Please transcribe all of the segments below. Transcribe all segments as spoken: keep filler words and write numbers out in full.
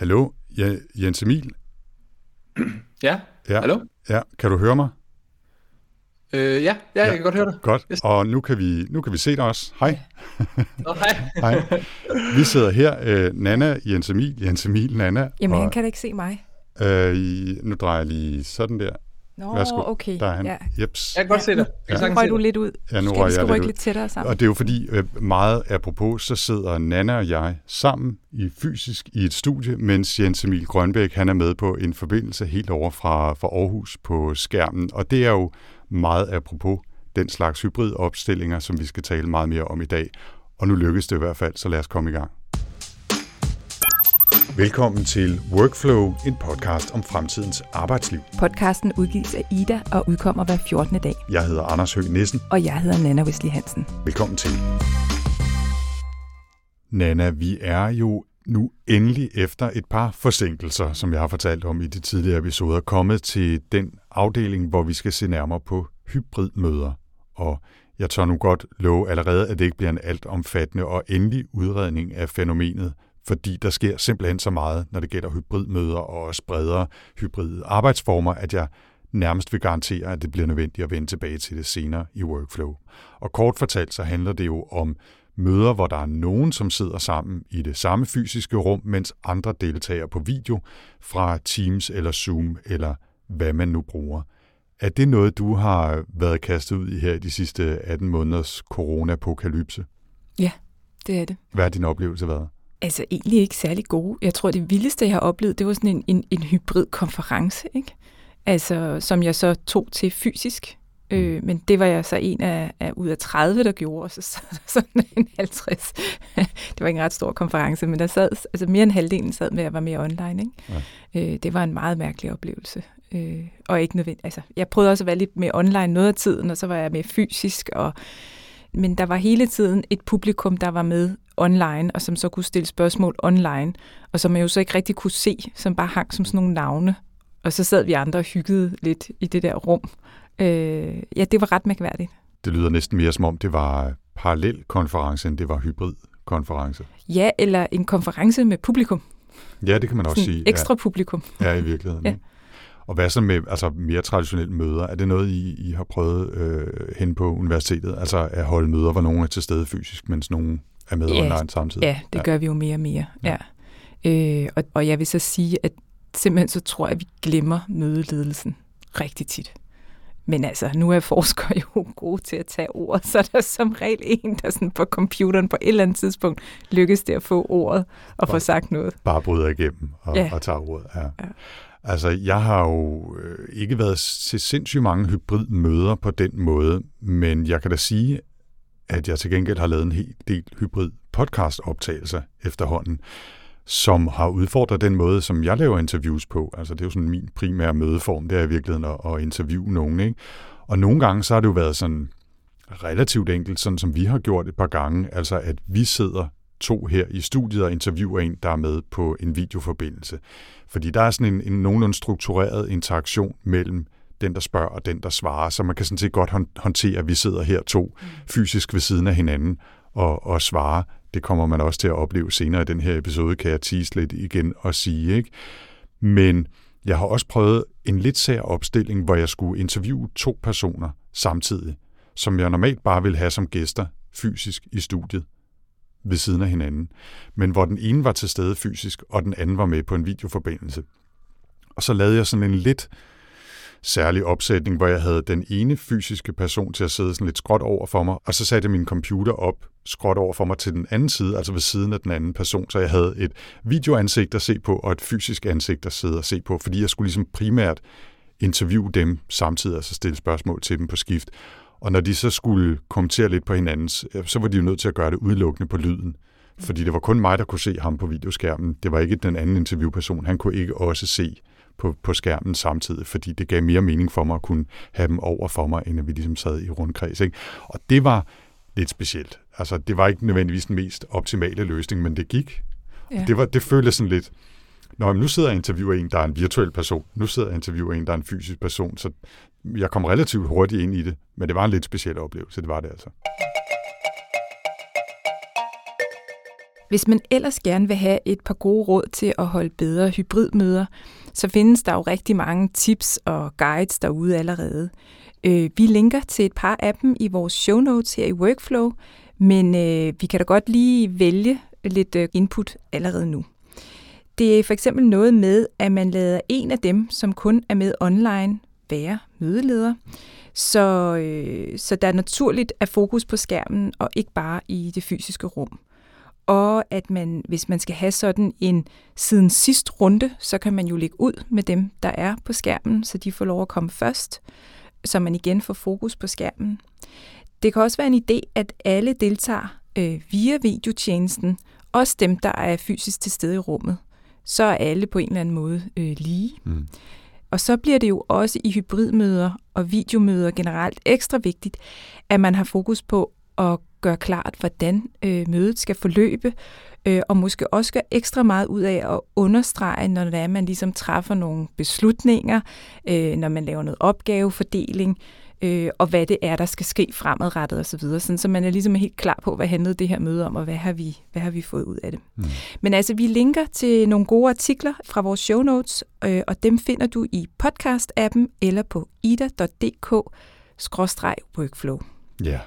Hallo, Jens Emil? Ja, ja. Hallo? Ja, kan du høre mig? Øh, ja, ja, jeg ja. kan godt høre dig. Godt, yes. Og nu kan vi, nu kan vi se dig også. Hej. Nå, hej. Hej. Vi sidder her, øh, Nanna, Jens Emil, Jens Emil, Nanna. Jamen, og, han kan da ikke se mig. Øh, nu drejer jeg lige sådan der. Nå, Værsgo. Okay. Der er han. Ja. Jeps. Jeg kan godt se dig. Ja. Så røg du lidt ud. Ja, nu skal vi skal rykke lidt, lidt tættere sammen. Og det er jo fordi, meget apropos, så sidder Nanna og jeg sammen i fysisk i et studie, mens Jens Emil Grønbæk, han er med på en forbindelse helt over fra, fra Aarhus på skærmen. Og det er jo meget apropos den slags hybridopstillinger, som vi skal tale meget mere om i dag. Og nu lykkes det i hvert fald, så lad os komme i gang. Velkommen til Workflow, en podcast om fremtidens arbejdsliv. Podcasten udgives af Ida og udkommer hver fjortende dag. Jeg hedder Anders Høgh Nissen. Og jeg hedder Nanna Wesley Hansen. Velkommen til. Nanna, vi er jo nu endelig efter et par forsinkelser, som jeg har fortalt om i de tidligere episoder, kommet til den afdeling, hvor vi skal se nærmere på hybridmøder. Og jeg tør nu godt love allerede, at det ikke bliver en altomfattende og endelig udredning af fænomenet, fordi der sker simpelthen så meget, når det gælder hybridmøder og også bredere hybride arbejdsformer, at jeg nærmest vil garantere, at det bliver nødvendigt at vende tilbage til det senere i Workflow. Og kort fortalt, så handler det jo om møder, hvor der er nogen, som sidder sammen i det samme fysiske rum, mens andre deltager på video fra Teams eller Zoom eller hvad man nu bruger. Er det noget, du har været kastet ud i her i de sidste atten måneders corona-apokalypse? Ja, det er det. Hvad har din oplevelse været? Altså egentlig ikke særlig gode. Jeg tror, det vildeste, jeg har oplevet, det var sådan en, en, en hybrid konference, ikke? Altså, som jeg så tog til fysisk. Mm. Øh, men det var jeg så en af, af ud af tredive, der gjorde, og så sad der sådan en halvtreds. Det var ikke en ret stor konference, men der sad, altså mere end halvdelen sad med at være mere online, ikke? Ja. Øh, det var en meget mærkelig oplevelse. Øh, og ikke nødvendigt. Altså, jeg prøvede også at være lidt mere online noget af tiden, og så var jeg mere fysisk, og men der var hele tiden et publikum, der var med online, og som så kunne stille spørgsmål online, og som man jo så ikke rigtig kunne se, som bare hang som sådan nogle navne. Og så sad vi andre og hyggede lidt i det der rum. Øh, ja, det var ret mærkværdigt. Det lyder næsten mere som om, det var parallelkonference, end det var hybridkonference. Ja, eller en konference med publikum. Ja, det kan man også sådan sige. Ekstra ja. publikum. Ja, i virkeligheden. Ja. Og hvad så med altså mere traditionelle møder? Er det noget, I, I har prøvet øh, hen på universitetet? Altså at holde møder, hvor nogen er til stede fysisk, mens nogen er med ja, online samtidig? Ja, det ja. gør vi jo mere og mere. Ja. Ja. Øh, og, og jeg vil så sige, at simpelthen så tror jeg, at vi glemmer mødeledelsen rigtig tit. Men altså, nu er forskere jo gode til at tage ordet, så er der som regel en, der sådan på computeren på et eller andet tidspunkt lykkes det at få ordet og bare, få sagt noget. Bare bryder igennem og, ja. og tager ordet. Ja. Ja. Altså, jeg har jo ikke været til sindssygt mange hybridmøder på den måde, men jeg kan da sige, at jeg til gengæld har lavet en hel del hybrid podcast-optagelser efterhånden, som har udfordret den måde, som jeg laver interviews på. Altså, det er jo sådan min primære mødeform, det er i virkeligheden at, at interviewe nogen, ikke? Og nogle gange, så har det jo været sådan relativt enkelt, sådan som vi har gjort et par gange, altså at vi sidder to her i studiet og interviewer en, der er med på en videoforbindelse. Fordi der er sådan en, en nogenlunde struktureret interaktion mellem den, der spørger, og den, der svarer, så man kan sådan set godt håndtere, at vi sidder her to fysisk ved siden af hinanden og, og svarer. Det kommer man også til at opleve senere i den her episode, kan jeg tease lidt igen og sige, ikke? Men jeg har også prøvet en lidt sær opstilling, hvor jeg skulle interviewe to personer samtidig, som jeg normalt bare ville have som gæster fysisk i studiet ved siden af hinanden, men hvor den ene var til stede fysisk, og den anden var med på en videoforbindelse. Og så lavede jeg sådan en lidt særlig opsætning, hvor jeg havde den ene fysiske person til at sidde sådan lidt skråt over for mig, og så satte jeg min computer op skråt over for mig til den anden side, altså ved siden af den anden person, så jeg havde et videoansigt at se på, og et fysisk ansigt at sidde og se på, fordi jeg skulle ligesom primært interviewe dem samtidig, altså stille spørgsmål til dem på skift. Og når de så skulle kommentere lidt på hinandens, så var de jo nødt til at gøre det udelukkende på lyden. Fordi det var kun mig, der kunne se ham på videoskærmen. Det var ikke den anden interviewperson. Han kunne ikke også se på, på skærmen samtidig, fordi det gav mere mening for mig at kunne have dem over for mig, end at vi ligesom sad i rundkreds, ikke? Og det var lidt specielt. Altså, det var ikke nødvendigvis den mest optimale løsning, men det gik. Ja. Det, var, det føltes sådan lidt, Nå, nu sidder jeg og interviewer en, der er en virtuel person. Nu sidder jeg og interviewer en, der er en fysisk person. Så jeg kom relativt hurtigt ind i det, men det var en lidt speciel oplevelse. Det var det altså. Hvis man ellers gerne vil have et par gode råd til at holde bedre hybridmøder, så findes der jo rigtig mange tips og guides derude allerede. Vi linker til et par af dem i vores show notes her i Workflow, men vi kan da godt lige vælge lidt input allerede nu. Det er for eksempel noget med, at man lader en af dem, som kun er med online, være mødeleder, så, øh, så der er naturligt at fokus på skærmen og ikke bare i det fysiske rum. Og at man, hvis man skal have sådan en siden sidst runde, så kan man jo lægge ud med dem, der er på skærmen, så de får lov at komme først, så man igen får fokus på skærmen. Det kan også være en idé, at alle deltager øh, via videotjenesten, også dem, der er fysisk til stede i rummet. Så er alle på en eller anden måde øh, lige. Mm. Og så bliver det jo også i hybridmøder og videomøder generelt ekstra vigtigt, at man har fokus på at gøre klart, hvordan øh, mødet skal forløbe, øh, og måske også gøre ekstra meget ud af at understrege, når det er, man ligesom træffer nogle beslutninger, øh, når man laver noget opgavefordeling, øh, og hvad det er, der skal ske fremadrettet osv., sådan, så man er ligesom helt klar på, hvad handlede det her møde om, og hvad har vi, hvad har vi fået ud af det. Mm. Men altså, vi linker til nogle gode artikler fra vores show notes, øh, og dem finder du i podcast-appen eller på ida punktum d k skråstreg workflow. Ja. Yeah.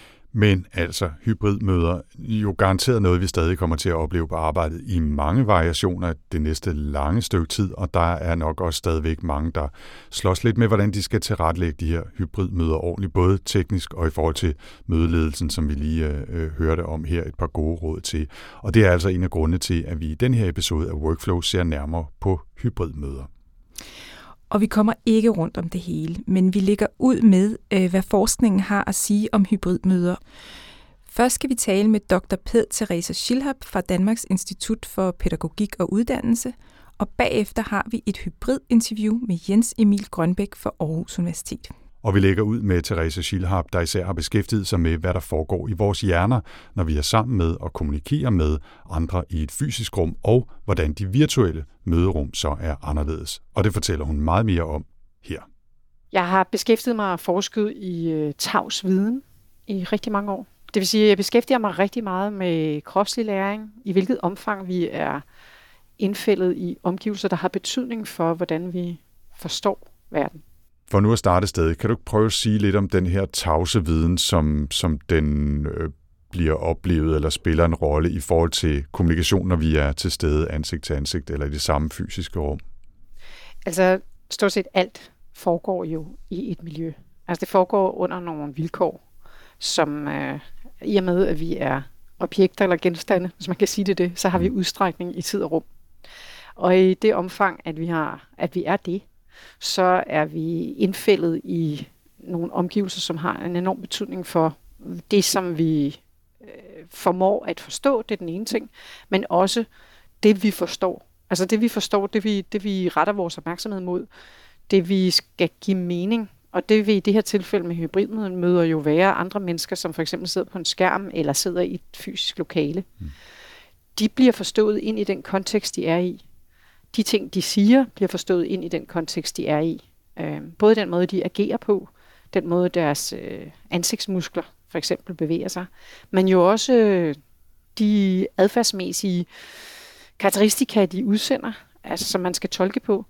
Men altså, hybridmøder jo garanteret noget, vi stadig kommer til at opleve på arbejdet i mange variationer det næste lange stykke tid, og der er nok også stadigvæk mange, der slås lidt med, hvordan de skal tilrettelægge de her hybridmøder ordentligt, både teknisk og i forhold til mødeledelsen, som vi lige øh, hørte om her, et par gode råd til. Og det er altså en af grundene til, at vi i den her episode af Workflow ser nærmere på hybridmøder. Og vi kommer ikke rundt om det hele, men vi lægger ud med, hvad forskningen har at sige om hybridmøder. Først skal vi tale med doktor Ped Teresa Schilhap fra Danmarks Institut for Pædagogik og Uddannelse, og bagefter har vi et hybridinterview med Jens Emil Grønbæk fra Aarhus Universitet. Og vi lægger ud med Teresa Schilhap, der især har beskæftiget sig med, hvad der foregår i vores hjerner, når vi er sammen med og kommunikerer med andre i et fysisk rum, og hvordan de virtuelle møderum så er anderledes. Og det fortæller hun meget mere om her. Jeg har beskæftiget mig og forsket i uh, tavsviden i rigtig mange år. Det vil sige, at jeg beskæftiger mig rigtig meget med kropslig læring, i hvilket omfang vi er indfældet i omgivelser, der har betydning for, hvordan vi forstår verden. For nu at starte sted, kan du ikke prøve at sige lidt om den her tavse viden, som, som den øh, bliver oplevet eller spiller en rolle i forhold til kommunikation, når vi er til stede ansigt til ansigt eller i det samme fysiske rum? Altså, stort set alt foregår jo i et miljø. Altså, det foregår under nogle vilkår, som øh, i og med, at vi er objekter eller genstande, hvis man kan sige det det, så har vi udstrækning i tid og rum. Og i det omfang, at vi, har, at vi er det, så er vi indfældet i nogle omgivelser, som har en enorm betydning for det, som vi øh, formår at forstå, det er den ene ting, men også det, vi forstår. Altså det, vi forstår, det vi, det vi retter vores opmærksomhed mod, det vi skal give mening, og det vil i det her tilfælde med hybridmøder jo være andre mennesker, som for eksempel sidder på en skærm eller sidder i et fysisk lokale. Mm. De bliver forstået ind i den kontekst, de er i. De ting, de siger, bliver forstået ind i den kontekst, de er i. Øh, både den måde, de agerer på, den måde, deres øh, ansigtsmuskler for eksempel bevæger sig, men jo også øh, de adfærdsmæssige karakteristika, de udsender, altså som man skal tolke på,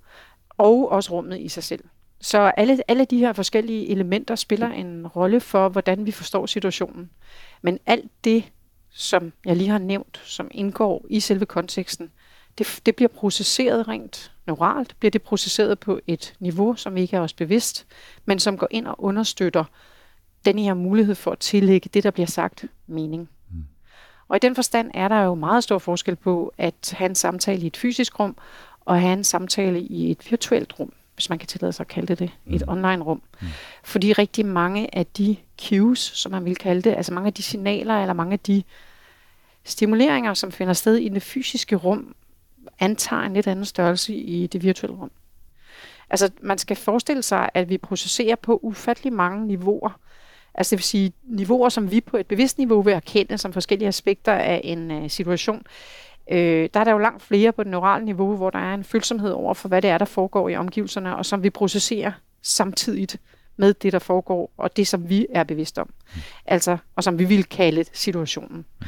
og også rummet i sig selv. Så alle, alle de her forskellige elementer spiller en rolle for, hvordan vi forstår situationen. Men alt det, som jeg lige har nævnt, som indgår i selve konteksten, Det, det bliver processeret rent neuralt, bliver det processeret på et niveau, som ikke er os bevidst, men som går ind og understøtter den her mulighed for at tillægge det, der bliver sagt, mening. Mm. Og i den forstand er der jo meget stor forskel på at have en samtale i et fysisk rum, og have en samtale i et virtuelt rum, hvis man kan tillade sig at kalde det det, mm. et online rum. Mm. Fordi rigtig mange af de cues, som man vil kalde det, altså mange af de signaler, eller mange af de stimuleringer, som finder sted i det fysiske rum, antager en lidt anden størrelse i det virtuelle rum. Altså, man skal forestille sig, at vi processerer på ufattelig mange niveauer. Altså, det vil sige niveauer, som vi på et bevidst niveau vil erkende som forskellige aspekter af en uh, situation. Øh, der er der jo langt flere på det neurale niveau, hvor der er en følsomhed over for, hvad det er, der foregår i omgivelserne, og som vi processerer samtidigt med det, der foregår, og det, som vi er bevidst om. Mm. Altså, og som vi vil kalde situationen.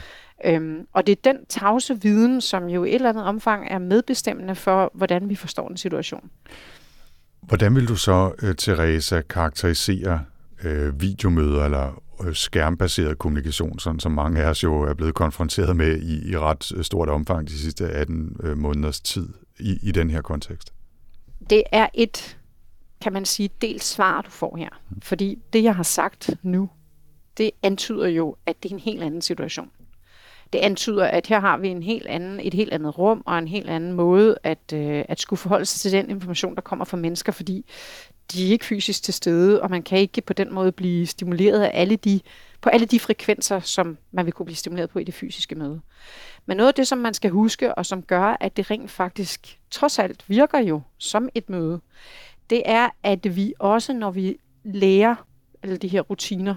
Øhm, og det er den tavse viden, som jo i et eller andet omfang er medbestemmende for, hvordan vi forstår en situation. Hvordan vil du så, uh, Teresa, karakterisere uh, videomøder eller uh, skærmbaseret kommunikation, sådan som mange af os jo er blevet konfronteret med i, i ret stort omfang de sidste atten uh, måneders tid i, i den her kontekst? Det er et, kan man sige, delt svar, du får her. Fordi det, jeg har sagt nu, det antyder jo, at det er en helt anden situation. Det antyder, at her har vi en helt anden, et helt andet rum og en helt anden måde at, øh, at skulle forholde sig til den information, der kommer fra mennesker, fordi de er ikke fysisk til stede, og man kan ikke på den måde blive stimuleret af alle de, på alle de frekvenser, som man vil kunne blive stimuleret på i det fysiske møde. Men noget af det, som man skal huske, og som gør, at det rent faktisk trods alt virker jo som et møde, det er, at vi også, når vi lærer alle de her rutiner,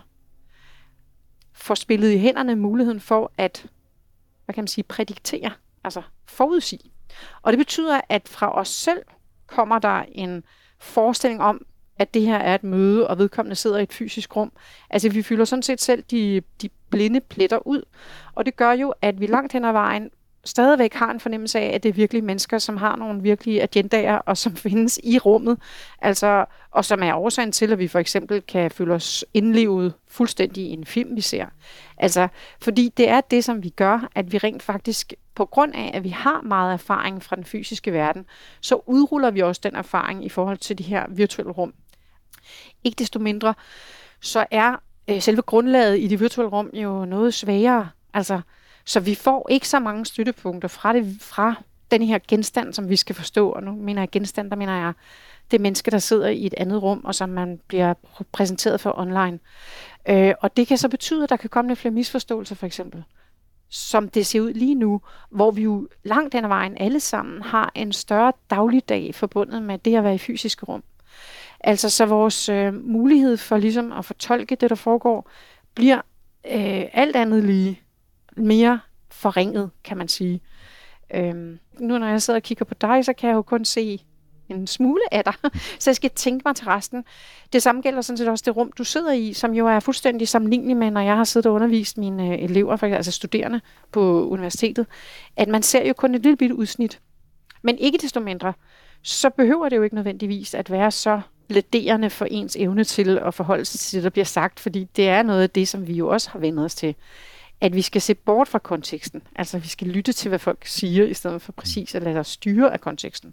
får spillet i hænderne muligheden for at, hvad kan man sige, prædiktere, altså forudsige. Og det betyder, at fra os selv kommer der en forestilling om, at det her er et møde, og vedkommende sidder i et fysisk rum. Altså vi fylder sådan set selv de, de blinde pletter ud, og det gør jo, at vi langt hen ad vejen stadigvæk har en fornemmelse af, at det er virkelig mennesker, som har nogle virkelige agendaer, og som findes i rummet, altså, og som er årsagen til, at vi for eksempel kan føle os indlevet fuldstændig i en film, vi ser. Altså, fordi det er det, som vi gør, at vi rent faktisk, på grund af, at vi har meget erfaring fra den fysiske verden, så udruller vi også den erfaring i forhold til de her virtuelle rum. Ikke desto mindre, så er øh, selve grundlaget i det virtuelle rum jo noget svagere, altså. Så vi får ikke så mange støttepunkter fra, det, fra den her genstand, som vi skal forstå. Og nu mener jeg genstand, der mener jeg det menneske, der sidder i et andet rum, og som man bliver præsenteret for online. Øh, og det kan så betyde, at der kan komme lidt flere misforståelser, for eksempel. Som det ser ud lige nu, hvor vi jo langt hen ad vejen alle sammen har en større dagligdag forbundet med det at være i fysiske rum. Altså så vores øh, mulighed for ligesom at fortolke det, der foregår, bliver øh, alt andet lige mere forringet, kan man sige. Øhm, nu når jeg sidder og kigger på dig, så kan jeg jo kun se en smule af dig, så jeg skal tænke mig til resten. Det samme gælder sådan set også det rum, du sidder i, som jo er fuldstændig sammenlignelig med, når jeg har siddet og undervist mine elever, altså studerende på universitetet, at man ser jo kun et lille bitte udsnit. Men ikke desto mindre, så behøver det jo ikke nødvendigvis at være så plæderende for ens evne til at forholde sig til det, der bliver sagt, fordi det er noget af det, som vi jo også har vendt os til. At vi skal se bort fra konteksten. Altså, vi skal lytte til, hvad folk siger, i stedet for præcis at lade os styre af konteksten.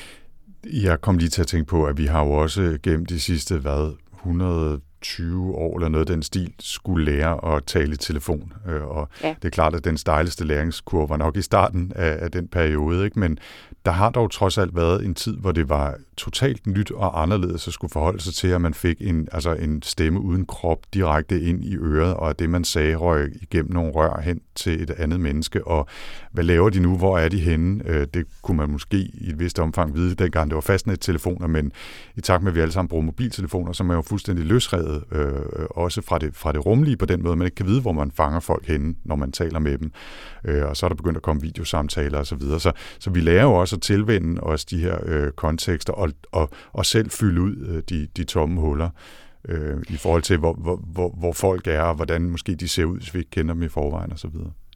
Jeg kom lige til at tænke på, at vi har jo også gennem de sidste, hvad, et hundrede og tyve år eller noget af den stil, skulle lære at tale i telefon. Og ja. Det er klart, at den stejleste læringskurve var nok i starten af, af den periode, ikke? Men der har dog trods alt været en tid, hvor det var totalt nyt og anderledes at skulle forholde sig til, at man fik en, altså en stemme uden krop direkte ind i øret, og at det, man sagde, røg igennem nogle rør hen til et andet menneske. Og hvad laver de nu? Hvor er de henne? Det kunne man måske i et vist omfang vide, dengang det var fastnettelefoner, men i takt med, at vi alle sammen bruger mobiltelefoner, så er man jo fuldstændig løsredet, øh, også fra det, fra det rumlige på den måde. Man ikke kan vide, hvor man fanger folk henne, når man taler med dem. Øh, og så er der begyndt at komme videosamtaler osv. Så, så, så vi lærer jo også at tilvende os de her øh, kontekster og, og, og selv fylde ud øh, de, de tomme huller øh, i forhold til, hvor, hvor, hvor, hvor folk er, og hvordan måske de ser ud, hvis vi ikke kender dem i forvejen osv.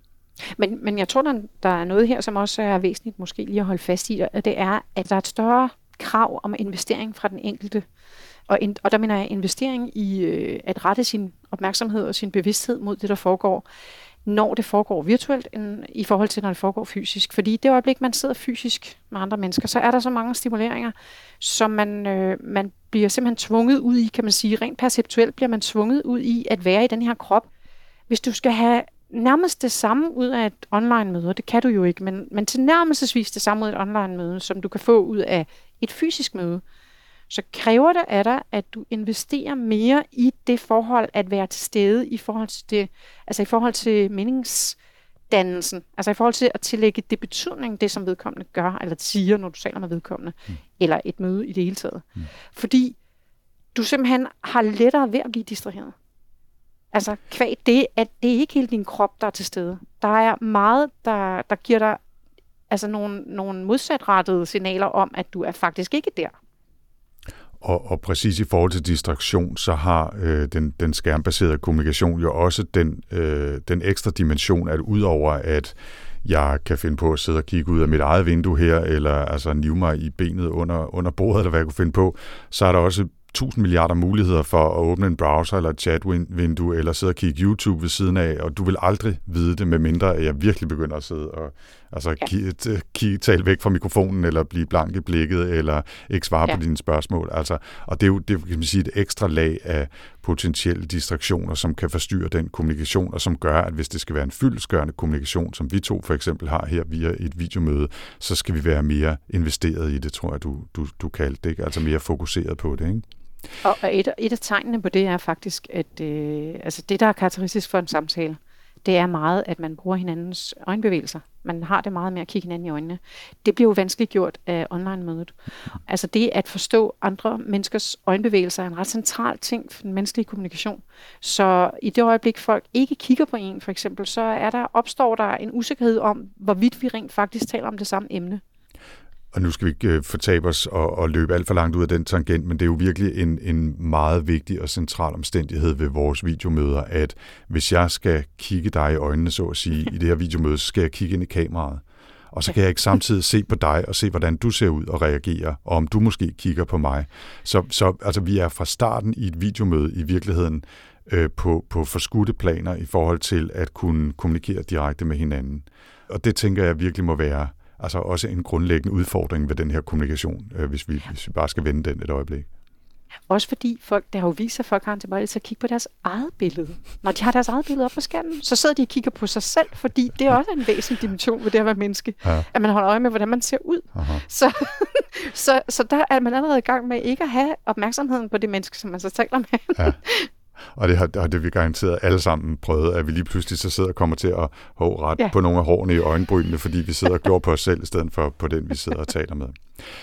Men, men jeg tror, der, der er noget her, som også er væsentligt måske lige at holde fast i, og det er, at der er et større krav om investering fra den enkelte. Og, in, og der mener jeg investering i øh, at rette sin opmærksomhed og sin bevidsthed mod det, der foregår, når det foregår virtuelt, end i forhold til, når det foregår fysisk. Fordi det øjeblik, man sidder fysisk med andre mennesker, så er der så mange stimuleringer, som man, øh, man bliver simpelthen tvunget ud i, kan man sige. Rent perceptuelt bliver man tvunget ud i at være i den her krop. Hvis du skal have nærmest det samme ud af et online-møde, det kan du jo ikke, men, men tilnærmelsesvis det samme ud af et online-møde, som du kan få ud af et fysisk møde, så kræver det af dig, at du investerer mere i det forhold at være til stede i forhold til det, altså i forhold til meningsdannelsen, altså i forhold til at tillægge det betydning, det som vedkommende gør, eller siger, når du taler med vedkommende, mm. eller et møde i det hele taget. Mm. Fordi du simpelthen har lettere ved at blive distraheret. Altså kvæg det, at det er ikke hele din krop, der er til stede. Der er meget, der, der giver dig altså nogle, nogle modsatrettede signaler om, at du er faktisk ikke der. Og, og præcis i forhold til distraktion, så har øh, den, den skærmbaserede kommunikation jo også den, øh, den ekstra dimension, at udover at jeg kan finde på at sidde og kigge ud af mit eget vindue her, eller altså nive mig i benet under, under bordet, eller hvad jeg kunne finde på, så er der også tusind milliarder muligheder for at åbne en browser eller et chatvindue, eller sidde og kigge YouTube ved siden af, og du vil aldrig vide det, medmindre at jeg virkelig begynder at sidde og altså, ja. k- k- tale væk fra mikrofonen, eller blive blank i blikket, eller ikke svare ja. på dine spørgsmål. Altså, og det er jo det, kan man sige, et ekstra lag af potentielle distraktioner, som kan forstyrre den kommunikation, og som gør, at hvis det skal være en fyldestgørende kommunikation, som vi to for eksempel har her via et videomøde, så skal vi være mere investeret i det, tror jeg, du, du, du kaldte det, ikke? Altså mere fokuseret på det, ikke? Og et, et af tegnene på det er faktisk, at øh, altså det, der er karakteristisk for en samtale, det er meget, at man bruger hinandens øjenbevægelser. Man har det meget med at kigge hinanden i øjnene. Det bliver jo vanskeligt gjort af online-mødet. Altså det at forstå andre menneskers øjenbevægelser er en ret central ting for den menneskelige kommunikation. Så i det øjeblik, folk ikke kigger på en, for eksempel, så er der, opstår der en usikkerhed om, hvorvidt vi rent faktisk taler om det samme emne. Og nu skal vi ikke fortabe os og, og løbe alt for langt ud af den tangent, men det er jo virkelig en, en meget vigtig og central omstændighed ved vores videomøder, at hvis jeg skal kigge dig i øjnene, så at sige, i det her videomøde, så skal jeg kigge ind i kameraet. Og så kan jeg ikke samtidig se på dig og se, hvordan du ser ud og reagerer, og om du måske kigger på mig. Så, så altså, vi er fra starten i et videomøde i virkeligheden øh, på, på forskudte planer i forhold til at kunne kommunikere direkte med hinanden. Og det tænker jeg virkelig må være altså også en grundlæggende udfordring ved den her kommunikation, øh, hvis, vi, hvis vi bare skal vende den et øjeblik. Også fordi folk, der har jo vist sig, at folk har en tilbøjelighed til at kigge på deres eget billede. Når de har deres eget billede op på skærmen, så sidder de og kigger på sig selv, fordi det er også en væsentlig dimension ved det at være menneske. Ja. At man holder øje med, hvordan man ser ud. Så, så, så der er man allerede i gang med ikke at have opmærksomheden på det menneske, som man så taler med. Ja. Og det har, det har det vi garanteret alle sammen prøvet, at vi lige pludselig så sidder og kommer til at hove ret ja. på nogle af hårene i øjenbrynene, fordi vi sidder og glor på os selv, i stedet for på den, vi sidder og taler med.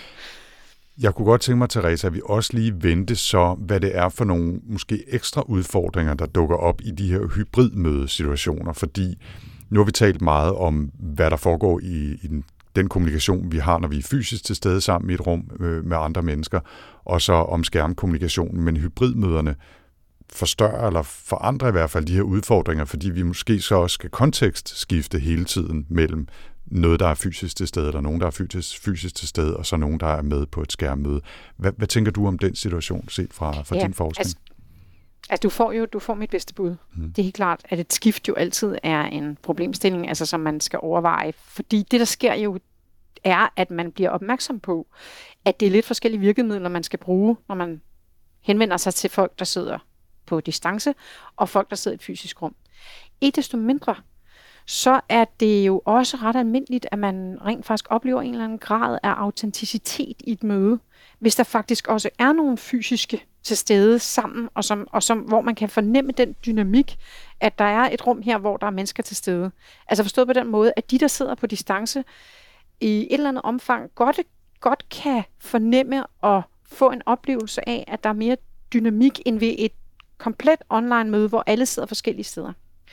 Jeg kunne godt tænke mig, Teresa, at vi også lige vendte så, hvad det er for nogle måske ekstra udfordringer, der dukker op i de her hybridmødesituationer, fordi nu har vi talt meget om, hvad der foregår i, i den, den kommunikation, vi har, når vi er fysisk til stede sammen i et rum øh, med andre mennesker, og så om skærmkommunikationen, men hybridmøderne forstørre eller forandre i hvert fald de her udfordringer, fordi vi måske så også skal kontekstskifte hele tiden mellem noget, der er fysisk til stede, eller nogen, der er fysisk, fysisk til stede, og så nogen, der er med på et skærmmøde. Hvad, hvad tænker du om den situation, set fra, fra ja, din forskning? Altså, altså du får jo du får mit bedste bud. Hmm. Det er helt klart, at et skift jo altid er en problemstilling, altså som man skal overveje. Fordi det, der sker jo, er, at man bliver opmærksom på, at det er lidt forskellige virkemidler, man skal bruge, når man henvender sig til folk, der sidder på distance, og folk, der sidder i et fysisk rum. Ikke desto mindre, så er det jo også ret almindeligt, at man rent faktisk oplever en eller anden grad af autenticitet i et møde, hvis der faktisk også er nogle fysiske til stede sammen, og, som, og som, hvor man kan fornemme den dynamik, at der er et rum her, hvor der er mennesker til stede. Altså forstået på den måde, at de, der sidder på distance, i et eller andet omfang godt, godt kan fornemme og få en oplevelse af, at der er mere dynamik end ved et komplet online-møde, hvor alle sidder forskellige steder.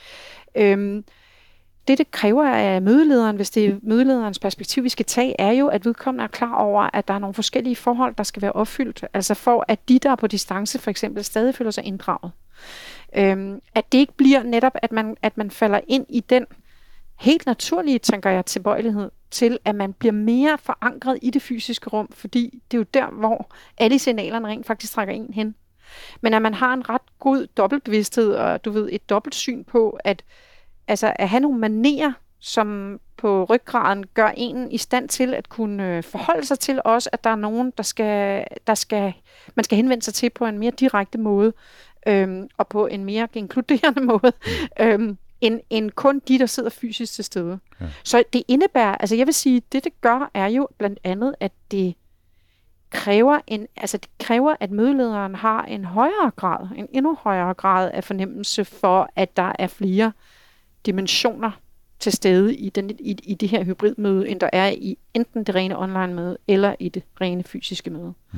Øhm, det, det kræver af mødelederen, hvis det er mødelederens perspektiv, vi skal tage, er jo, at vedkommende er klar over, at der er nogle forskellige forhold, der skal være opfyldt. Altså for, at de, der er på distance, for eksempel, stadig føler sig inddraget. Øhm, at det ikke bliver netop, at man, at man falder ind i den helt naturlige, tænker jeg, tilbøjelighed til, at man bliver mere forankret i det fysiske rum, fordi det er jo der, hvor alle signalerne rent faktisk trækker en hen. Men at man har en ret god dobbeltbevidsthed, og du ved, et dobbelt syn på, at, altså, at have nogle manerer, som på ryggraden gør en i stand til at kunne forholde sig til også, at der er nogen, der skal, der skal, man skal henvende sig til på en mere direkte måde, øhm, og på en mere inkluderende måde, øhm, end, end kun de, der sidder fysisk til stede. Ja. Så det indebærer, altså jeg vil sige, det det gør, er jo blandt andet, at det kræver en, altså det kræver, at mødelederen har en højere grad, en endnu højere grad af fornemmelse for, at der er flere dimensioner til stede i, den, i, i det her hybridmøde, end der er i enten det rene online-møde, eller i det rene fysiske møde. Hmm.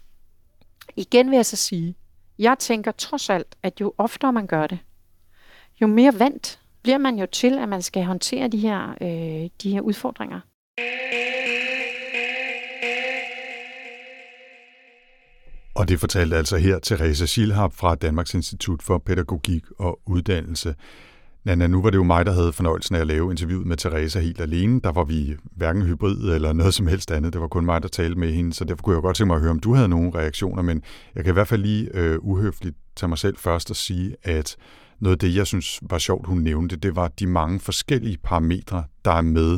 Igen vil jeg så sige, jeg tænker trods alt, at jo oftere man gør det, jo mere vant bliver man jo til, at man skal håndtere de her, øh, de her udfordringer. Og det fortalte altså her Teresa Schildharp fra Danmarks Institut for Pædagogik og Uddannelse. Nanna, nu var det jo mig, der havde fornøjelsen af at lave interviewet med Teresa helt alene. Der var vi hverken hybrid eller noget som helst andet. Det var kun mig, der talte med hende, så derfor kunne jeg godt tænke mig at høre, om du havde nogle reaktioner. Men jeg kan i hvert fald lige øh, uhøfligt tage mig selv først og sige, at noget af det, jeg synes var sjovt, hun nævnte, det var de mange forskellige parametre, der er med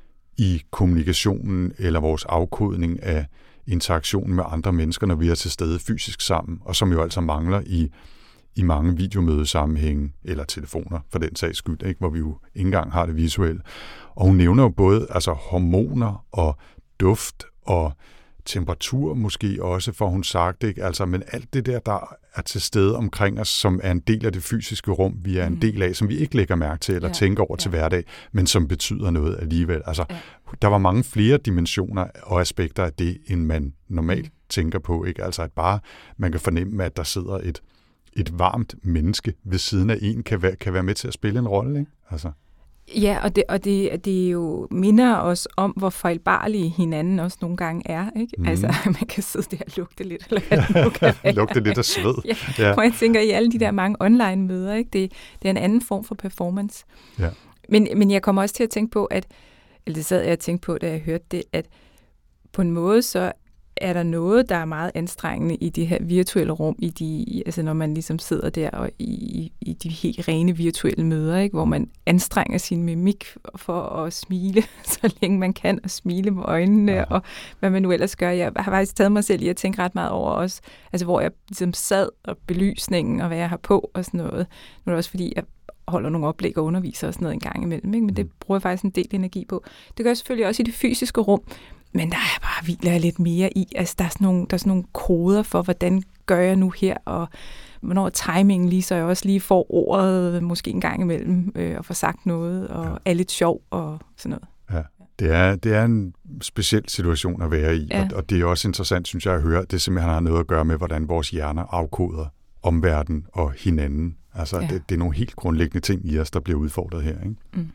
i kommunikationen eller vores afkodning af interaktionen med andre mennesker, når vi er til stede fysisk sammen, og som jo altså mangler i, i mange videomødesammenhænge, eller telefoner for den sags skyld, ikke? Hvor vi jo ikke engang har det visuelle. Og hun nævner jo både altså, hormoner og duft og temperatur måske også, for hun sagt, ikke? Altså, men alt det der, der er til stede omkring os, som er en del af det fysiske rum, vi er en del af, som vi ikke lægger mærke til eller ja, tænker over ja. til hverdag, men som betyder noget alligevel. Altså, ja. Der var mange flere dimensioner og aspekter af det, end man normalt mm. tænker på, ikke? Altså, at bare man kan fornemme, at der sidder et, et varmt menneske ved siden af en, kan være, kan være med til at spille en rolle, ikke? Altså. Ja, og det, og det, det jo minder os om, hvor fejlbarlige hinanden også nogle gange er, ikke? Mm. Altså, man kan sidde der og lugte lidt, eller hvad det nu kan være. Lugte lidt af sved. Ja, ja. Og jeg tænker, i alle de der mange online-møder, ikke? Det, det er en anden form for performance. Ja. Men, men jeg kommer også til at tænke på, at, eller det sad jeg og tænkte på, da jeg hørte det, at på en måde så er der noget, der er meget anstrengende i det her virtuelle rum, i de, altså når man ligesom sidder der og i, i de helt rene virtuelle møder, ikke? Hvor man anstrenger sin mimik for at smile, så længe man kan, og smile med øjnene, ja. Og hvad man nu ellers gør. Jeg har faktisk taget mig selv i at tænke ret meget over også, altså hvor jeg ligesom sad, og belysningen, og hvad jeg har på, og sådan noget. Nu er det også fordi, jeg holder nogle oplæg og underviser og sådan noget en gang imellem, ikke? Men det bruger jeg faktisk en del energi på. Det gør jeg selvfølgelig også i det fysiske rum, men der er bare hviler lidt mere i. Altså, der er, sådan nogle, der er sådan nogle koder for, hvordan gør jeg nu her, og hvornår timingen lige, så jeg også lige får ordet måske en gang imellem, øh, og får sagt noget, og ja. er lidt sjov og sådan noget. Ja, det er, det er en speciel situation at være i, ja. og, og det er også interessant, synes jeg, at høre, at det simpelthen har noget at gøre med, hvordan vores hjerner afkoder omverdenen og hinanden. Altså, ja. det, det er nogle helt grundlæggende ting i os, der bliver udfordret her, ikke? Mm.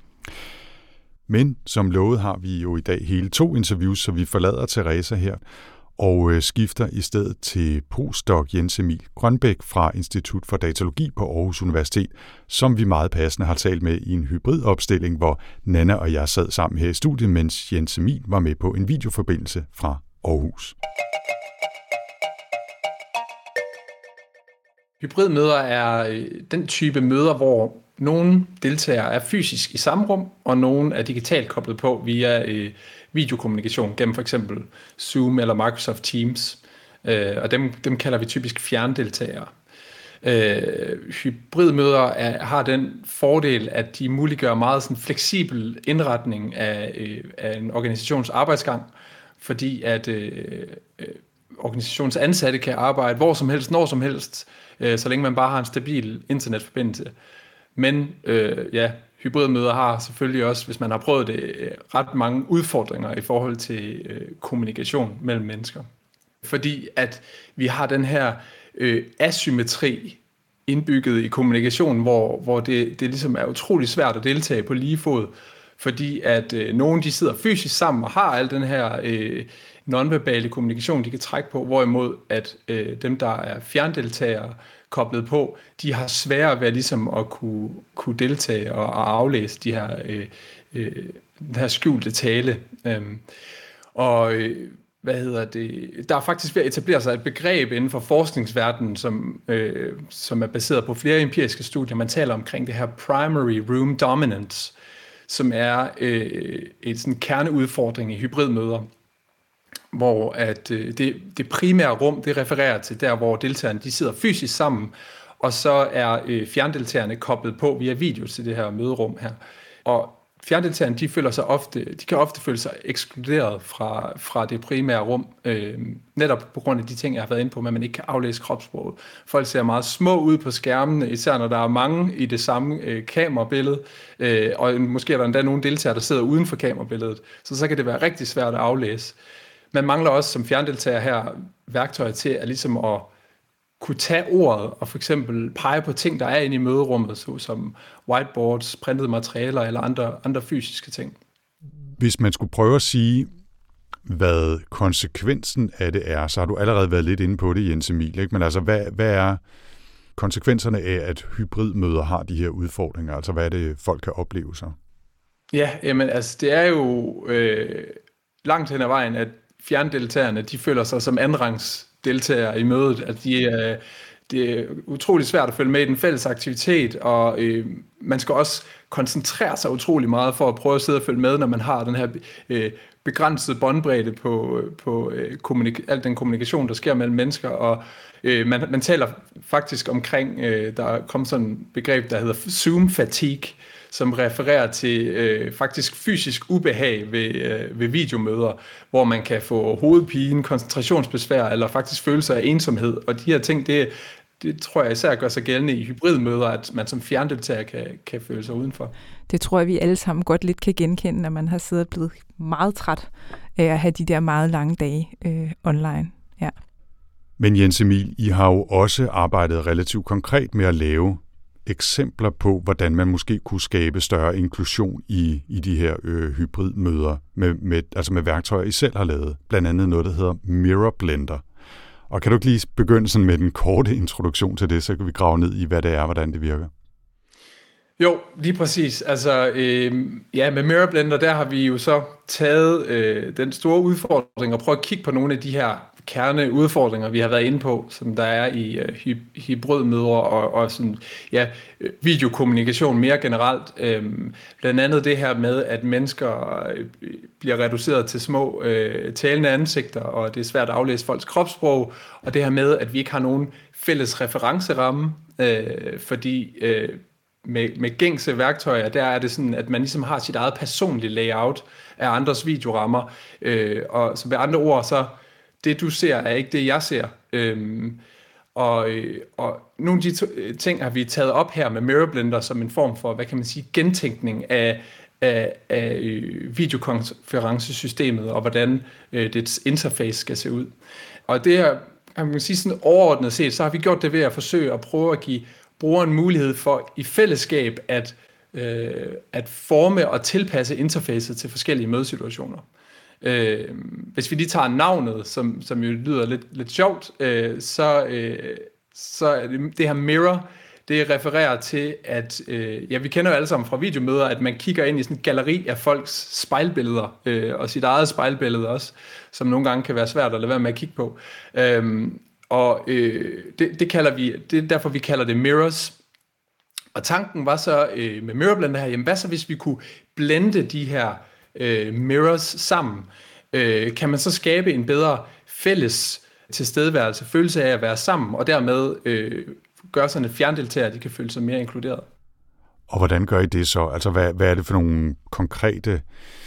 Men som lovet har vi jo i dag hele to interviews, så vi forlader Teresa her og øh, skifter i stedet til postdoc Jens Emil Grønbæk fra Institut for Datalogi på Aarhus Universitet, som vi meget passende har talt med i en hybridopstilling, hvor Nanna og jeg sad sammen her i studiet, mens Jens Emil var med på en videoforbindelse fra Aarhus. Hybridmøder er den type møder, hvor nogle deltagere er fysisk i samme rum, og nogle er digitalt koblet på via øh, videokommunikation gennem for eksempel Zoom eller Microsoft Teams. Øh, og dem, dem kalder vi typisk fjerndeltagere. Øh, hybridmøder er, har den fordel, at de muliggør meget sådan fleksibel indretning af, øh, af en organisations arbejdsgang, fordi at øh, øh, organisationens ansatte kan arbejde hvor som helst, når som helst, øh, så længe man bare har en stabil internetforbindelse. Men øh, ja, hybridmøder har selvfølgelig også, hvis man har prøvet det, ret mange udfordringer i forhold til øh, kommunikation mellem mennesker. Fordi at vi har den her øh, asymmetri indbygget i kommunikationen, hvor, hvor det, det ligesom er utrolig svært at deltage på lige fod, fordi at øh, nogen de sidder fysisk sammen og har al den her øh, nonverbale kommunikation, de kan trække på, hvorimod at øh, dem, der er fjerndeltagere, koblet på, de har sværere ved ligesom at kunne, kunne deltage og, og aflæse de her, øh, øh, den her skjulte tale. Øhm, og øh, hvad hedder det? Der er faktisk ved at etablere sig et begreb inden for forskningsverdenen, som, øh, som er baseret på flere empiriske studier. Man taler omkring det her primary room dominance, som er øh, et sådan kerneudfordring i hybridmøder, hvor at øh, det, det primære rum, det refererer til der, hvor deltagerne de sidder fysisk sammen, og så er øh, fjerndeltagerne koblet på via video til det her møderum her. Og fjerndeltagerne, de føler sig ofte, de kan ofte føle sig ekskluderet fra, fra det primære rum, øh, netop på grund af de ting, jeg har været inde på, at man ikke kan aflæse kropssproget. Folk ser meget små ud på skærmene, især når der er mange i det samme øh, kamerabillede, øh, og måske er der endda nogle deltagere, der sidder uden for kamerabilledet, så så kan det være rigtig svært at aflæse. Man mangler også som fjerndeltager her værktøjer til at ligesom at kunne tage ordet og for eksempel pege på ting, der er inde i møderummet, såsom whiteboards, printede materialer eller andre, andre fysiske ting. Hvis man skulle prøve at sige, hvad konsekvensen af det er. Så har du allerede været lidt inde på det, Jens Emil, ikke? Men altså, hvad, hvad er konsekvenserne af, at hybridmøder har de her udfordringer? Altså, hvad er det, folk kan opleve så? Ja, jamen altså, det er jo øh, langt hen ad vejen, at fjerndeltagerne, de føler sig som andenrangs deltagere i mødet, at de er... Det er utrolig svært at følge med i den fælles aktivitet, og øh, man skal også koncentrere sig utrolig meget for at prøve at sidde og følge med, når man har den her øh, begrænsede båndbredde på, på øh, kommunik- al den kommunikation, der sker mellem mennesker. Og øh, man, man taler faktisk omkring, øh, der er kommet sådan et begreb, der hedder Zoom fatigue, som refererer til øh, faktisk fysisk ubehag ved, øh, ved videomøder, hvor man kan få hovedpine, koncentrationsbesvær eller faktisk følelse af ensomhed. Og de her ting, det, det tror jeg især gør sig gældende i hybridmøder, at man som fjerndeltager kan, kan føle sig udenfor. Det tror jeg, vi alle sammen godt lidt kan genkende, når man har siddet og blevet meget træt af at have de der meget lange dage øh, online. Ja. Men Jens Emil, I har jo også arbejdet relativt konkret med at lave eksempler på, hvordan man måske kunne skabe større inklusion i, i de her øh, hybridmøder, med, med, altså med værktøjer, I selv har lavet. Blandt andet noget, der hedder Mirror Blender. Og kan du ikke lige begynde sådan med den korte introduktion til det, så kan vi grave ned i, hvad det er og hvordan det virker? Jo, lige præcis. Altså, øh, ja, med Mirror Blender, der har vi jo så taget øh, den store udfordring og prøvet at kigge på nogle af de her kerneudfordringer, vi har været inde på, som der er i øh, hy- hybridmøder og, og sådan, ja, videokommunikation mere generelt. Øhm, blandt andet det her med, at mennesker øh, bliver reduceret til små øh, talende ansigter, og det er svært at aflæse folks kropssprog, og det her med, at vi ikke har nogen fælles referenceramme, øh, fordi øh, med, med gængse værktøjer, der er det sådan, at man ligesom har sit eget personlige layout af andres videorammer, øh, og så med andre ord, så det du ser, er ikke det jeg ser. Øhm, og, og nogle af de to, ting har vi taget op her med Mirror Blender som en form for, hvad kan man sige, gentænkning af, af, af videokonferencesystemet, og hvordan øh, dets interface skal se ud. Og det her, kan man sige sådan overordnet set, så har vi gjort det ved at forsøge at prøve at give brugeren mulighed for i fællesskab at, øh, at forme og tilpasse interfacet til forskellige mødesituationer. Øh, hvis vi lige tager navnet, som, som jo lyder lidt, lidt sjovt, øh, så, øh, så er det, det her mirror, det refererer til, at øh, ja, vi kender jo alle sammen fra videomøder, at man kigger ind i sådan en galleri af folks spejlbilleder, øh, og sit eget spejlbillede også, som nogle gange kan være svært at lade være med at kigge på. Øh, og øh, det, det kalder vi, det er derfor vi kalder det mirrors. Og tanken var så øh, med Mirror Blender her, jamen hvad så hvis vi kunne blende de her øh, mirrors sammen? Øh, kan man så skabe en bedre fælles tilstedeværelse, følelse af at være sammen, og dermed øh, gøre sådan et fjerndeltager, at de kan føle sig mere inkluderet? Og hvordan gør I det så? Altså hvad, hvad er det for nogle konkrete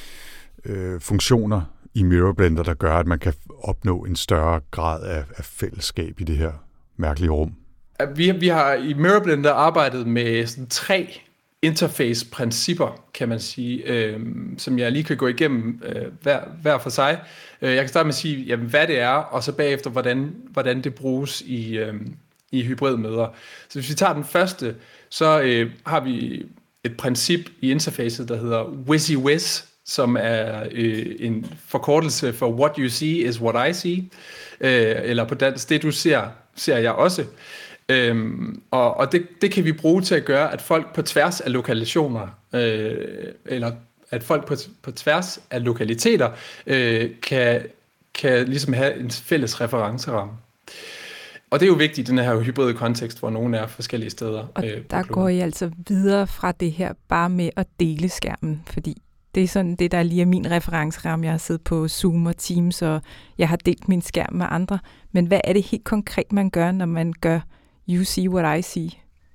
øh, funktioner i Mirror Blender, der gør, at man kan opnå en større grad af, af fællesskab i det her mærkelige rum? Vi, vi har i Mirror Blender arbejdet med sådan tre interface-principper, kan man sige, øh, som jeg lige kan gå igennem øh, hver, hver for sig. Jeg kan starte med at sige, jamen, hvad det er, og så bagefter, hvordan, hvordan det bruges i, øh, i hybridmøder. Så hvis vi tager den første, så øh, har vi et princip i interfacet, der hedder WYSIWYS, som er øh, en forkortelse for What you see is what I see, øh, eller på dansk, det du ser, ser jeg også. Øhm, og og det, det kan vi bruge til at gøre, at folk på tværs af lokalisationer, øh, eller at folk på, på tværs af lokaliteter, øh, kan, kan ligesom have en fælles referenceramme. Og det er jo vigtigt i den her hybride kontekst, hvor nogen er forskellige steder. Og øh, der går I altså videre fra det her bare med at dele skærmen, fordi det er sådan det, der lige er min referenceramme. Jeg har siddet på Zoom og Teams, og jeg har delt min skærm med andre. Men hvad er det helt konkret, man gør, når man gør You see what I see?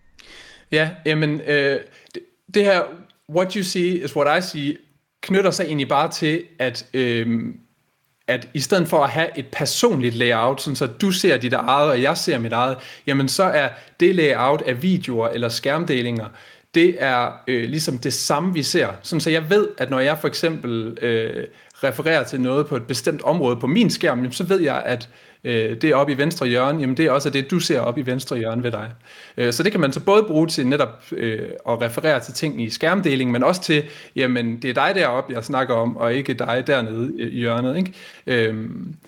Ja, jamen, øh, det, det her What you see is what I see knytter sig egentlig bare til, at, øh, at i stedet for at have et personligt layout, sådan så du ser dit eget, og jeg ser mit eget, jamen så er det layout af videoer eller skærmdelinger, det er øh, ligesom det samme, vi ser. Sådan, så jeg ved, at når jeg for eksempel øh, refererer til noget på et bestemt område på min skærm, så ved jeg, at øh, det er oppe i venstre hjørne, jamen det er også det, du ser oppe i venstre hjørne ved dig. Øh, så det kan man så både bruge til netop øh, at referere til ting i skærmdeling, men også til, jamen det er dig deroppe, jeg snakker om, og ikke dig dernede i hjørnet, ikke? Øh,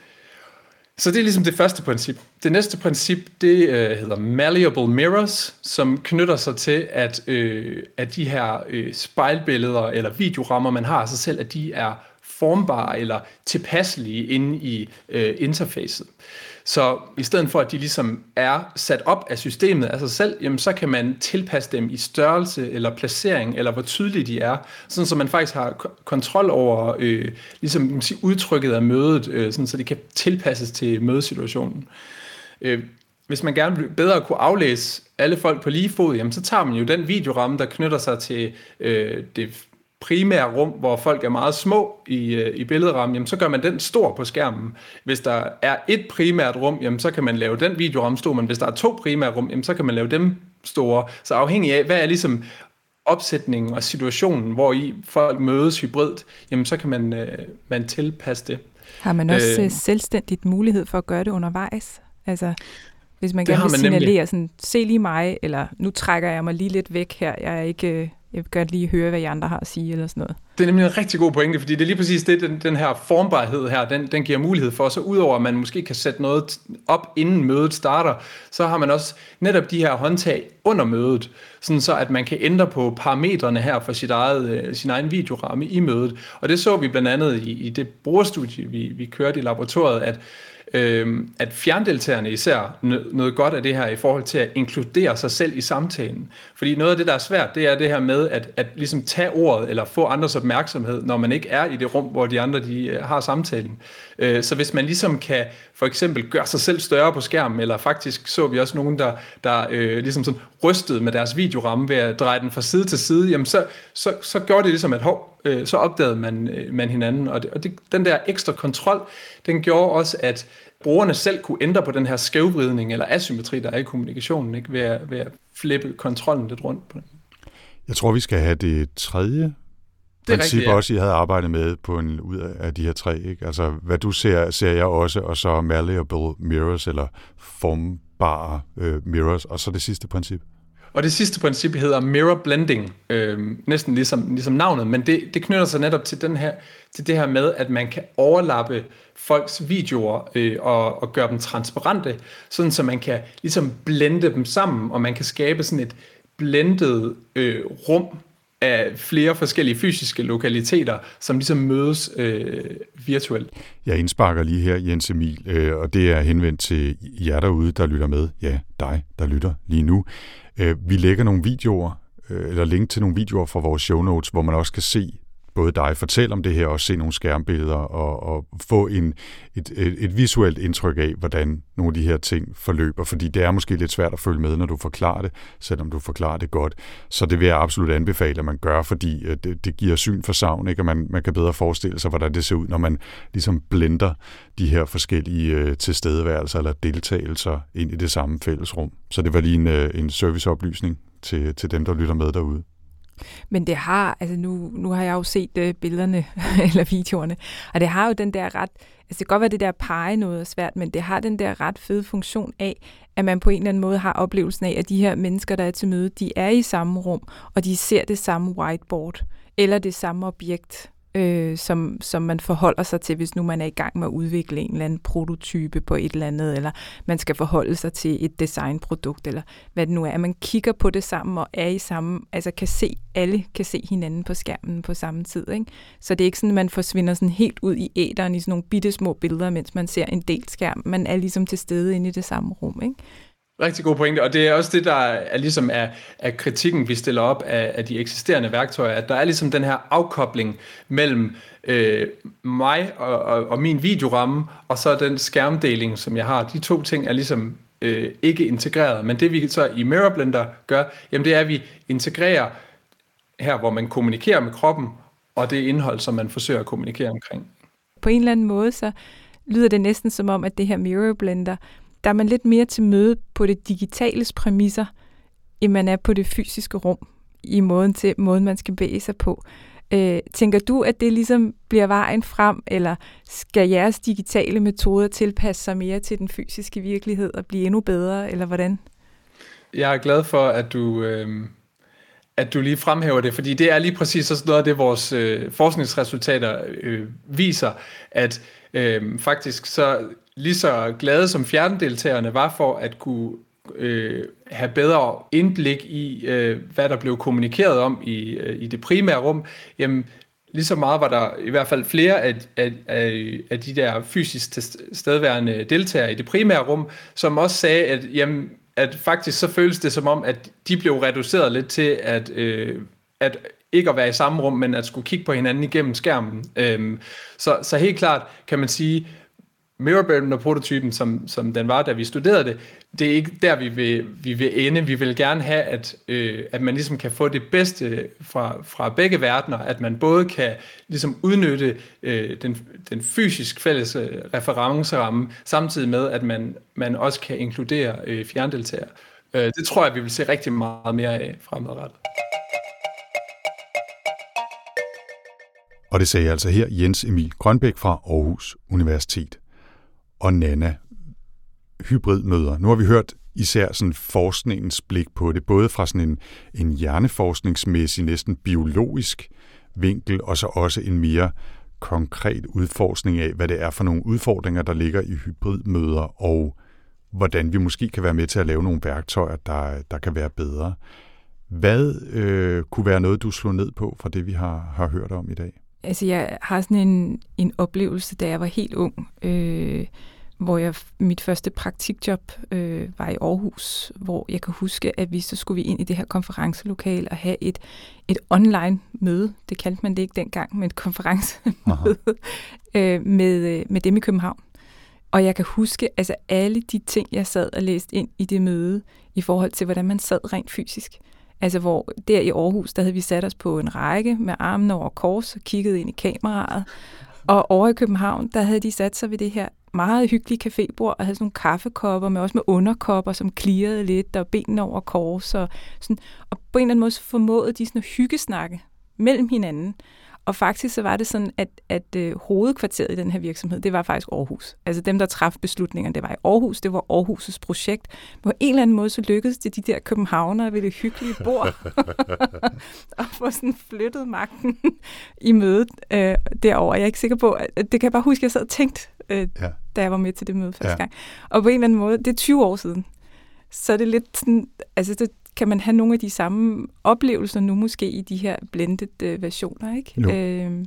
Så det er ligesom det første princip. Det næste princip, det øh, hedder malleable mirrors, som knytter sig til, at, øh, at de her øh, spejlbilleder eller videorammer, man har af sig selv, at de er formbare eller tilpasselige inde i øh, interfacet. Så i stedet for, at de ligesom er sat op af systemet af sig selv, jamen, så kan man tilpasse dem i størrelse eller placering, eller hvor tydelige de er, sådan så man faktisk har k- kontrol over øh, ligesom, man siger, udtrykket af mødet, øh, sådan så det kan tilpasses til mødesituationen. Øh, hvis man gerne vil bedre kunne aflæse alle folk på lige fod, jamen, så tager man jo den videoramme, der knytter sig til øh, det primære rum, hvor folk er meget små i, i billedrammen, jamen, så gør man den stor på skærmen. Hvis der er et primært rum, jamen, så kan man lave den videoramme stor, men hvis der er to primære rum, jamen, så kan man lave dem store. Så afhængig af, hvad er ligesom opsætningen og situationen, hvor i folk mødes hybridt, jamen, så kan man, øh, man tilpasse det. Har man også øh, selvstændigt mulighed for at gøre det undervejs? Altså, hvis man gerne vil man signalere sådan, se lige mig, eller nu trækker jeg mig lige lidt væk her, jeg er ikke... Jeg vil godt lige høre, hvad I andre har at sige, eller sådan noget. Det er nemlig en rigtig god pointe, fordi det er lige præcis det, den, den her formbarhed her, den, den giver mulighed for, så udover at man måske kan sætte noget op, inden mødet starter, så har man også netop de her håndtag under mødet, sådan så at man kan ændre på parametrene her for sit eget, sin egen videoramme i mødet. Og det så vi blandt andet i, i det brugerstudie, vi, vi kørte i laboratoriet, at Øhm, at fjerndeltagerne især noget godt af det her i forhold til at inkludere sig selv i samtalen. Fordi noget af det, der er svært, det er det her med at, at ligesom tage ordet eller få andres opmærksomhed, når man ikke er i det rum, hvor de andre de har samtalen. Øh, så hvis man ligesom kan for eksempel gøre sig selv større på skærmen, eller faktisk så vi også nogen, der, der øh, ligesom sådan rystede med deres videoramme ved at dreje den fra side til side, jamen så, så, så gjorde det ligesom, at hov, øh, så opdagede man, øh, man hinanden. Og, det, og det, den der ekstra kontrol, den gjorde også, at brugerne selv kunne ændre på den her skævvridning eller asymmetri, der er i kommunikationen, ikke? Ved, at, ved at flippe kontrollen lidt rundt på den. Jeg tror, vi skal have det tredje det princip rigtigt, ja. Også, I havde arbejdet med på en ud af de her tre. Ikke? Altså, hvad du ser, ser jeg også, og så malleable mirrors, eller formbare øh, mirrors, og så det sidste princip. Og det sidste princip hedder mirror blending, øh, næsten ligesom, ligesom navnet, men det, det knytter sig netop til, den her, til det her med, at man kan overlappe folks videoer øh, og, og gøre dem transparente, sådan så man kan ligesom blende dem sammen, og man kan skabe sådan et blendet øh, rum af flere forskellige fysiske lokaliteter, som ligesom mødes øh, virtuelt. Jeg indsparker lige her, Jens Emil, øh, og det er henvendt til jer derude, der lytter med. Ja, dig, der lytter lige nu. Øh, vi lægger nogle videoer, øh, eller link til nogle videoer fra vores show notes, hvor man også kan se både dig fortælle om det her, og se nogle skærmbilleder, og, og få en, et, et, et visuelt indtryk af, hvordan nogle af de her ting forløber, fordi det er måske lidt svært at følge med, når du forklarer det, selvom du forklarer det godt. Så det vil jeg absolut anbefale, at man gør, fordi det, det giver syn for savn, ikke? Og man, man kan bedre forestille sig, hvordan det ser ud, når man ligesom blender de her forskellige øh, tilstedeværelser eller deltagelser ind i det samme fællesrum. Så det var lige en, øh, en serviceoplysning til, til dem, der lytter med derude. Men det har, altså nu, nu har jeg jo set uh, billederne eller videoerne, og det har jo den der ret, altså det kan godt være, det der pege noget er svært, men det har den der ret fede funktion af, at man på en eller anden måde har oplevelsen af, at de her mennesker, der er til møde, de er i samme rum, og de ser det samme whiteboard, eller det samme objekt, øh, som, som man forholder sig til, hvis nu man er i gang med at udvikle en eller anden prototype på et eller andet, eller man skal forholde sig til et designprodukt, eller hvad det nu er. Man kigger på det sammen og er i samme, altså kan se, alle kan se hinanden på skærmen på samme tid, ikke? Så det er ikke sådan, at man forsvinder sådan helt ud i æteren i sådan nogle bitte små billeder, mens man ser en del skærm. Man er ligesom til stede inde i det samme rum, ikke? Rigtig god pointe, og det er også det, der er ligesom er, er kritikken, vi stiller op af, af de eksisterende værktøjer, at der er ligesom den her afkobling mellem øh, mig og, og, og min videoramme, og så den skærmdeling, som jeg har. De to ting er ligesom øh, ikke integreret, men det vi så i Mirror Blender gør, jamen det er, at vi integrerer her, hvor man kommunikerer med kroppen, og det indhold, som man forsøger at kommunikere omkring. På en eller anden måde, så lyder det næsten som om, at det her Mirror Blender, der er man lidt mere til møde på det digitales præmisser, end man er på det fysiske rum. i måden, til, måden man skal bevæge sig på. Øh, tænker du, at det ligesom bliver vejen frem, eller skal jeres digitale metoder tilpasse sig mere til den fysiske virkelighed og blive endnu bedre, eller hvordan? Jeg er glad for, at du, øh, at du lige fremhæver det, fordi det er lige præcis også noget af det, vores øh, forskningsresultater øh, viser, at øh, faktisk så lige så glade som fjerndeltagerne var for at kunne øh, have bedre indblik i, øh, hvad der blev kommunikeret om i, øh, i det primære rum, jamen lige så meget var der i hvert fald flere af, af, af, af de der fysisk stedværende deltagere i det primære rum, som også sagde, at, jamen, at faktisk så føles det som om, at de blev reduceret lidt til at, øh, at ikke at være i samme rum, men at skulle kigge på hinanden igennem skærmen. Øhm, så, så helt klart kan man sige, Mirrorblender-prototypen, som, som den var, da vi studerede det, det er ikke der, vi vil, vi vil ende. Vi vil gerne have, at, øh, at man ligesom kan få det bedste fra, fra begge verdener, at man både kan ligesom udnytte øh, den, den fysisk fælles referenceramme, samtidig med, at man, man også kan inkludere øh, fjerndeltagere. Øh, det tror jeg, vi vil se rigtig meget mere af fremadrettet. Og det sagde altså her Jens Emil Grønbæk fra Aarhus Universitet. Og Nanna, hybridmøder. Nu har vi hørt især sådan forskningens blik på det, både fra sådan en, en hjerneforskningsmæssig, næsten biologisk vinkel, og så også en mere konkret udforskning af, hvad det er for nogle udfordringer, der ligger i hybridmøder, og hvordan vi måske kan være med til at lave nogle værktøjer, der, der kan være bedre. Hvad øh, kunne være noget, du slog ned på fra det, vi har, har hørt om i dag? Altså, jeg har sådan en, en oplevelse, da jeg var helt ung, øh, hvor jeg mit første praktikjob øh, var i Aarhus, hvor jeg kan huske, at vi så skulle vi ind i det her konferencelokale og have et, et online møde. Det kaldte man det ikke dengang, men et konferencemøde øh, med, med dem i København. Og jeg kan huske, altså alle de ting, jeg sad og læste ind i det møde, i forhold til, hvordan man sad rent fysisk. Altså hvor der i Aarhus, der havde vi sat os på en række med armene over kors og kigget ind i kameraet. Og over i København, der havde de sat sig ved det her meget hyggelige cafébord og havde sådan nogle kaffekopper, med også med underkopper, som klirrede lidt, og benene over kors. Og, sådan. Og på en eller anden måde så formåede de sådan at hyggesnakke mellem hinanden. Og faktisk så var det sådan, at, at øh, hovedkvarteret i den her virksomhed, det var faktisk Aarhus. Altså dem, der traf beslutningerne, det var i Aarhus, det var Aarhus' projekt. På en eller anden måde, så lykkedes det de der københavnere ved det hyggelige bord at få sådan flyttet magten i mødet øh, derover. Jeg er ikke sikker på, at det kan jeg bare huske, at jeg sad og tænkte, øh, ja. da jeg var med til det møde første ja. gang. Og på en eller anden måde, det er tyve år siden. Så er det lidt sådan, altså det kan man have nogle af de samme oplevelser nu måske i de her blended øh, versioner, ikke? Øh,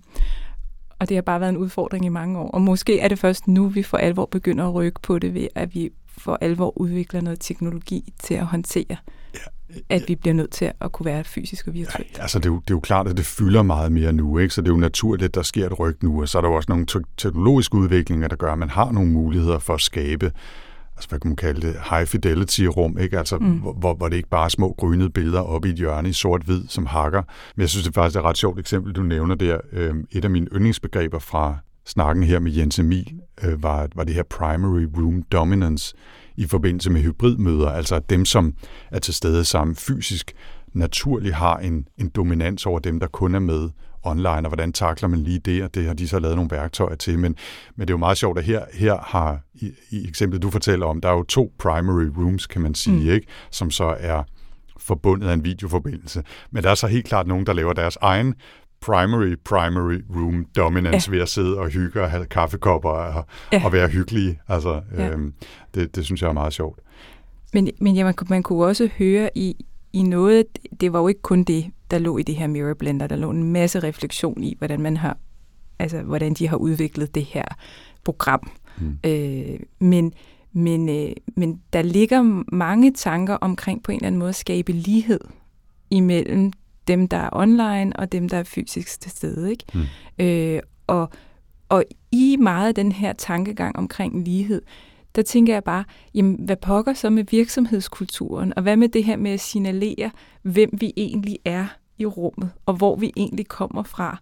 og det har bare været en udfordring i mange år. Og måske er det først nu, vi for alvor begynder at rykke på det ved, at vi for alvor udvikler noget teknologi til at håndtere, ja, ja. at vi bliver nødt til at kunne være fysisk og virtuelt. Ja, altså det er, jo, det er jo klart, at det fylder meget mere nu, ikke? Så det er jo naturligt, at der sker et ryk nu, og så er der jo også nogle teknologiske udviklinger, der gør, at man har nogle muligheder for at skabe, altså hvad kan man kalde det, high fidelity rum, ikke? Altså mm. hvor, hvor det ikke bare er små grønnede billeder oppe i et hjørne i sort-hvid, som hakker. Men jeg synes, det faktisk er et ret sjovt eksempel, du nævner der. Et af mine yndlingsbegreber fra snakken her med Jens Emil var, var det her primary room dominance i forbindelse med hybridmøder, altså dem, som er til stede sammen fysisk, naturligt har en, en dominans over dem, der kun er med online, og hvordan takler man lige det, og det har de så lavet nogle værktøjer til. Men, men det er jo meget sjovt, at her, her har, i, i eksemplet du fortæller om, der er jo to primary rooms, kan man sige, mm. ikke, som så er forbundet af en videoforbindelse. Men der er så helt klart nogen, der laver deres egen primary, primary room dominance ja. ved at sidde og hygge og have kaffekopper og, ja. og være hyggelige. Altså, ja. øhm, det, det synes jeg er meget sjovt. Men, men ja, man, man kunne også høre i, i noget, det var jo ikke kun det, der lå i det her Mirror Blender, der lå en masse refleksion i, hvordan man har, altså hvordan de har udviklet det her program. Mm. Øh, men, men, øh, men der ligger mange tanker omkring på en eller anden måde at skabe lighed imellem dem, der er online, og dem, der er fysisk til stede, ikke? Mm. Øh, og, og i meget af den her tankegang omkring lighed, der tænker jeg bare, jamen, hvad pokker så med virksomhedskulturen, og hvad med det her med at signalere, hvem vi egentlig er i rummet, og hvor vi egentlig kommer fra,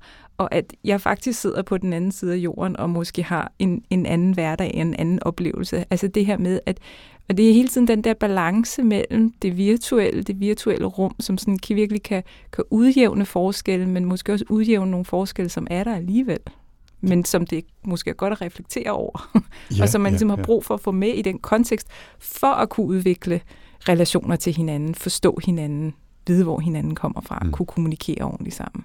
og at jeg faktisk sidder på den anden side af jorden, og måske har en, en anden hverdag, en anden oplevelse. Altså det her med, at og det er hele tiden den der balance mellem det virtuelle, det virtuelle rum, som sådan kan virkelig kan, kan udjævne forskelle, men måske også udjævne nogle forskelle, som er der alligevel, men som det måske er godt at reflektere over, ja, og som man ja, ligesom har brug for at få med i den kontekst, for at kunne udvikle relationer til hinanden, forstå hinanden, vide, hvor hinanden kommer fra, mm. kunne kommunikere ordentligt sammen.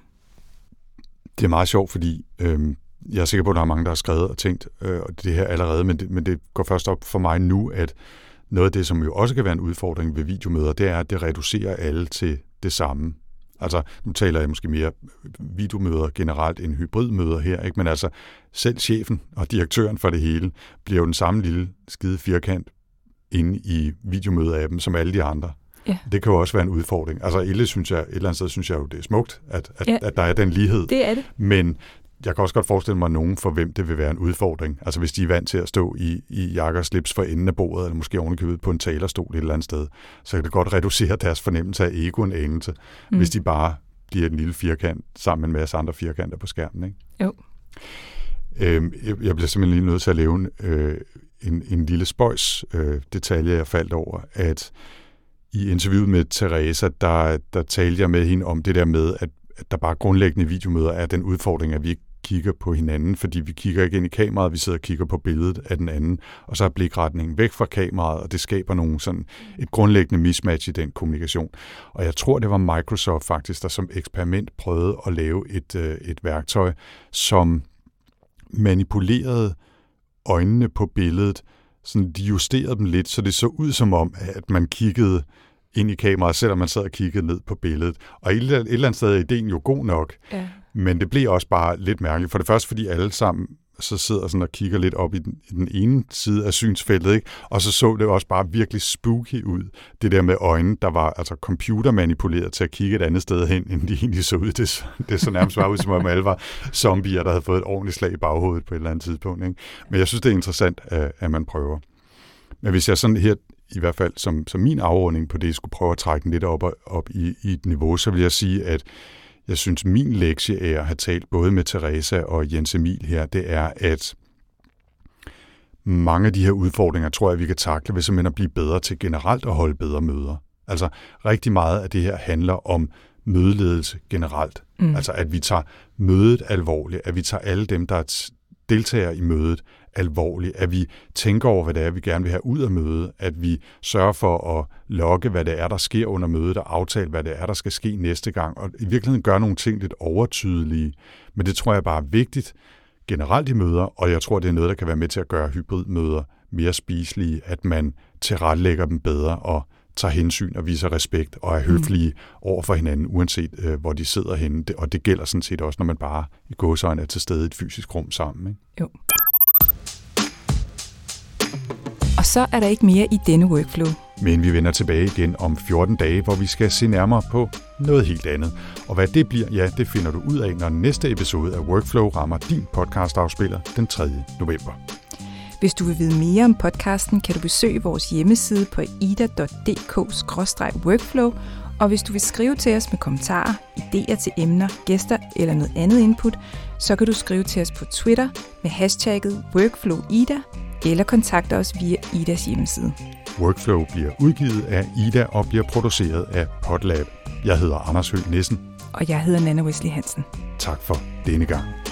Det er meget sjovt, fordi øh, jeg er sikker på, at der er mange, der har skrevet og tænkt øh, det her allerede, men det, men det går først op for mig nu, at noget af det, som jo også kan være en udfordring ved videomøder, det er, at det reducerer alle til det samme. Altså, nu taler jeg måske mere videomøder generelt end hybridmøder her, ikke? Men altså, selv chefen og direktøren for det hele bliver jo den samme lille skide firkant inde i videomøder-appen som alle de andre. Ja. Det kan jo også være en udfordring. Altså, et, synes jeg, et eller andet sted synes jeg jo, det er smukt, at, at, ja. at der er den lighed. Det er det. Men jeg kan også godt forestille mig nogen, for hvem det vil være en udfordring. Altså hvis de er vant til at stå i, i jakke og slips for enden af bordet, eller måske ovenikøbet på en talerstol et eller andet sted, så kan det godt reducere deres fornemmelse af ego en anelse, mm. hvis de bare bliver en lille firkant sammen med en masse andre firkanter på skærmen. Ikke? Jo. Øhm, jeg bliver simpelthen lige nødt til at lave en, øh, en, en lille spøjs øh, detalje, jeg faldt over, at i interviewet med Teresa, der, der talte jeg med hende om det der med, at, at der bare grundlæggende i videomøder er den udfordring, at vi ikke kigger på hinanden, fordi vi kigger ikke ind i kameraet, vi sidder og kigger på billedet af den anden, og så er blikretningen væk fra kameraet, og det skaber nogle sådan et grundlæggende mismatch i den kommunikation. Og jeg tror, det var Microsoft faktisk, der som eksperiment prøvede at lave et, et værktøj, som manipulerede øjnene på billedet, sådan de justerede dem lidt, så det så ud som om, at man kiggede ind i kameraet, selvom man sad og kiggede ned på billedet. Og et eller andet sted er ideen jo god nok, ja. Men det blev også bare lidt mærkeligt. For det første, fordi alle sammen så sidder sådan og kigger lidt op i den, i den ene side af synsfeltet, ikke? Og så så det også bare virkelig spooky ud. Det der med øjnene, der var altså computermanipuleret til at kigge et andet sted hen, end de egentlig så ud. Det, det så nærmest var ud, som om alle var zombier, der havde fået et ordentligt slag i baghovedet på et eller andet tidspunkt. Ikke? Men jeg synes, det er interessant, at, at man prøver. Men hvis jeg sådan her, i hvert fald som, som min afrunding på det, skulle prøve at trække den lidt op, op i, i et niveau, så vil jeg sige, at jeg synes, min lektie er at have talt både med Teresa og Jens Emil her, det er, at mange af de her udfordringer, tror jeg, vi kan takle ved simpelthen at blive bedre til generelt at holde bedre møder. Altså rigtig meget af det her handler om mødeledelse generelt. Mm. Altså at vi tager mødet alvorligt, at vi tager alle dem, der deltager i mødet alvorligt, at vi tænker over, hvad det er, vi gerne vil have ud af mødet, at vi sørger for at logge, hvad det er, der sker under mødet, og aftale, hvad det er, der skal ske næste gang, og i virkeligheden gøre nogle ting lidt overtydelige. Men det tror jeg bare er vigtigt generelt i møder, og jeg tror, det er noget, der kan være med til at gøre hybridmøder mere spiselige, at man tilrettelægger dem bedre og tager hensyn og viser respekt og er høflige mm. over for hinanden, uanset øh, hvor de sidder henne. Og det gælder sådan set også, når man bare i gåseøjne er til stede i et fysisk rum sammen. Ikke? Jo. Og så er der ikke mere i denne workflow. Men vi vender tilbage igen om fjorten dage, hvor vi skal se nærmere på noget helt andet. Og hvad det bliver, ja, det finder du ud af, når næste episode af Workflow rammer din podcastafspiller den tredje november. Hvis du vil vide mere om podcasten, kan du besøge vores hjemmeside på ida punktum d k skråstreg workflow, og hvis du vil skrive til os med kommentarer, idéer til emner, gæster eller noget andet input, så kan du skrive til os på Twitter med hashtagget WorkflowIda, eller kontakte os via Idas hjemmeside. Workflow bliver udgivet af Ida og bliver produceret af Podlab. Jeg hedder Anders Høgh Nissen. Og jeg hedder Nanna Wesley Hansen. Tak for denne gang.